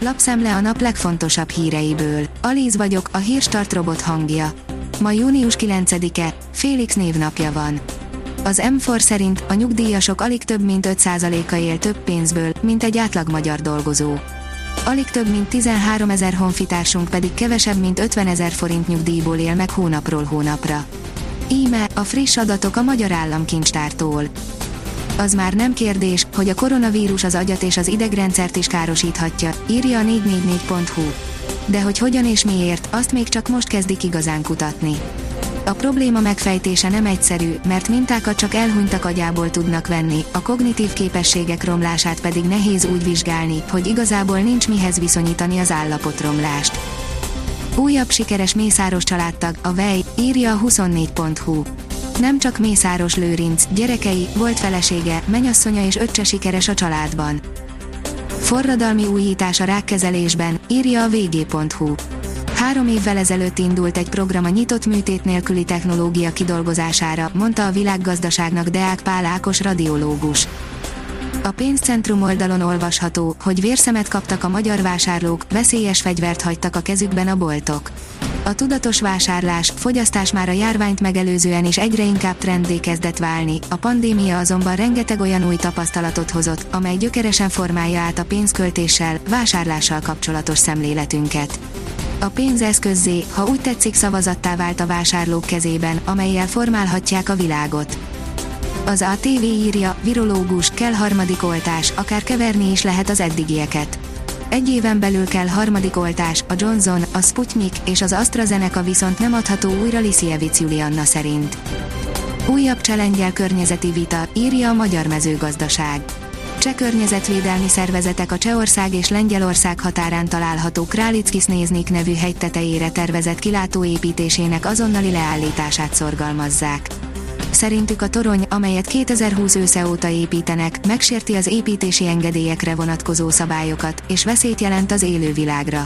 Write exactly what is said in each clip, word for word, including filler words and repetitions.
lapszemle a nap legfontosabb híreiből. Alíz vagyok, a Hírstart robot hangja. Ma június kilencedike, Félix névnapja van. Az em négy szerint a nyugdíjasok alig több mint öt százaléka él több pénzből, mint egy átlag magyar dolgozó. Alig több mint tizenháromezer honfitársunk pedig kevesebb mint ötvenezer forint nyugdíjból él meg hónapról hónapra. Íme a friss adatok a Magyar Államkincstártól. Az már nem kérdés, hogy a koronavírus az agyat és az idegrendszert is károsíthatja, írja a négy négy négy pont hu. De hogy hogyan és miért, azt még csak most kezdik igazán kutatni. A probléma megfejtése nem egyszerű, mert mintákat csak elhunytak agyából tudnak venni, a kognitív képességek romlását pedig nehéz úgy vizsgálni, hogy igazából nincs mihez viszonyítani az állapotromlást. Újabb sikeres Mészáros családtag, a Vej, írja a huszonnégy pont hu. Nem csak Mészáros Lőrinc, gyerekei, volt felesége, menyasszonya és öccse sikeres a családban. Forradalmi újítás a rákkezelésben, írja a vé gé pont hu. Három évvel ezelőtt indult egy program a nyitott műtét nélküli technológia kidolgozására, mondta a Világgazdaságnak Deák Pál Ákos radiológus. A pénzcentrum oldalon olvasható, hogy vérszemet kaptak a magyar vásárlók, veszélyes fegyvert hagytak a kezükben a boltok. A tudatos vásárlás, fogyasztás már a járványt megelőzően is egyre inkább trenddé kezdett válni, a pandémia azonban rengeteg olyan új tapasztalatot hozott, amely gyökeresen formálja át a pénzköltéssel, vásárlással kapcsolatos szemléletünket. A pénz eszközzé, ha úgy tetszik szavazattá vált a vásárlók kezében, amellyel formálhatják a világot. Az á té vé írja, virológus, kell harmadik oltás, akár keverni is lehet az eddigieket. Egy éven belül kell harmadik oltás, a Johnson, a Sputnik és az AstraZeneca viszont nem adható újra Liszijevic Julianna szerint. Újabb challenge-el környezeti vita, írja a Magyar Mezőgazdaság. Cseh környezetvédelmi szervezetek a Csehország és Lengyelország határán található Králickis-Néznik nevű hegy tetejére tervezett kilátó építésének azonnali leállítását szorgalmazzák. Szerintük a torony, amelyet kétezer-húsz ősze óta építenek, megsérti az építési engedélyekre vonatkozó szabályokat, és veszélyt jelent az élővilágra.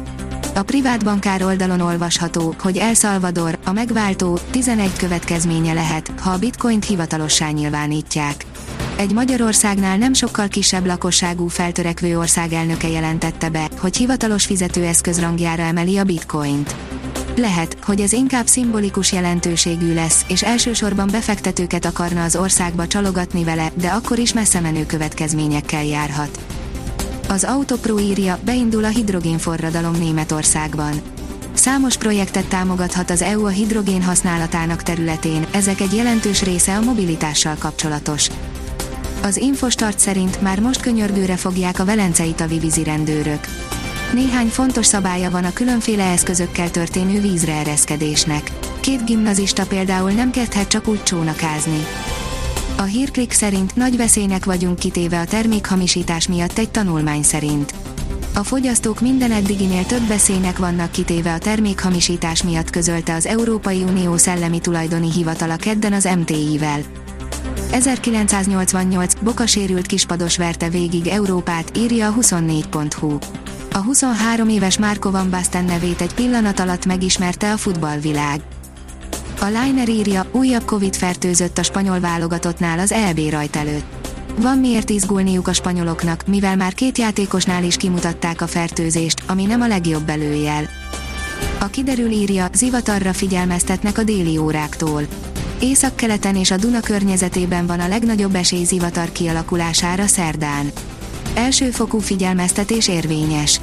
A privát bankár oldalon olvasható, hogy El Salvador, a megváltó, tizenegy következménye lehet, ha a bitcoint hivatalossá nyilvánítják. Egy Magyarországnál nem sokkal kisebb lakosságú feltörekvő ország elnöke jelentette be, hogy hivatalos fizetőeszköz rangjára emeli a bitcoint. Lehet, hogy ez inkább szimbolikus jelentőségű lesz, és elsősorban befektetőket akarna az országba csalogatni vele, de akkor is messzemenő következményekkel járhat. Az Autopro írja, beindul a hidrogénforradalom Németországban. Számos projektet támogathat az é u a hidrogén használatának területén, ezek egy jelentős része a mobilitással kapcsolatos. Az Infostart szerint már most könyörgőre fogják a velencei tavi vízirendőrök. Néhány fontos szabálya van a különféle eszközökkel történő vízre ereszkedésnek. Két gimnazista például nem kezdhet csak úgy csónakázni. A Hírklik szerint nagy veszélynek vagyunk kitéve a termékhamisítás miatt egy tanulmány szerint. A fogyasztók minden eddiginél több veszélynek vannak kitéve a termékhamisítás miatt, közölte az Európai Unió Szellemi Tulajdoni Hivatala kedden az em té i-vel. ezerkilencszáznyolcvannyolc bokasérült kispados verte végig Európát, írja a huszonnégy pont hu. A huszonhárom éves Marco van Basten nevét egy pillanat alatt megismerte a futballvilág. A Liner írja, újabb Covid-fertőzött a spanyol válogatottnál az é bé rajt előtt. Van miért izgulniuk a spanyoloknak, mivel már két játékosnál is kimutatták a fertőzést, ami nem a legjobb előjel. A Kiderül írja, zivatarra figyelmeztetnek a déli óráktól. Északkeleten és a Duna környezetében van a legnagyobb esély zivatar kialakulására szerdán. Elsőfokú figyelmeztetés érvényes.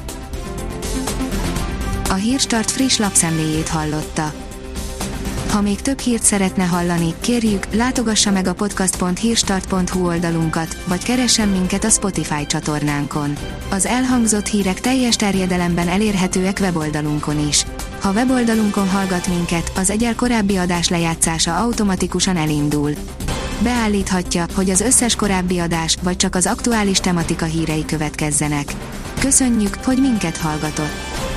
A Hírstart friss lapszemléjét hallotta. Ha még több hírt szeretne hallani, kérjük, látogassa meg a podcast pont hírstart pont hu oldalunkat, vagy keressen minket a Spotify csatornánkon. Az elhangzott hírek teljes terjedelemben elérhetőek weboldalunkon is. Ha weboldalunkon hallgat minket, az egyel korábbi adás lejátszása automatikusan elindul. Beállíthatja, hogy az összes korábbi adás, vagy csak az aktuális tematika hírei következzenek. Köszönjük, hogy minket hallgatott!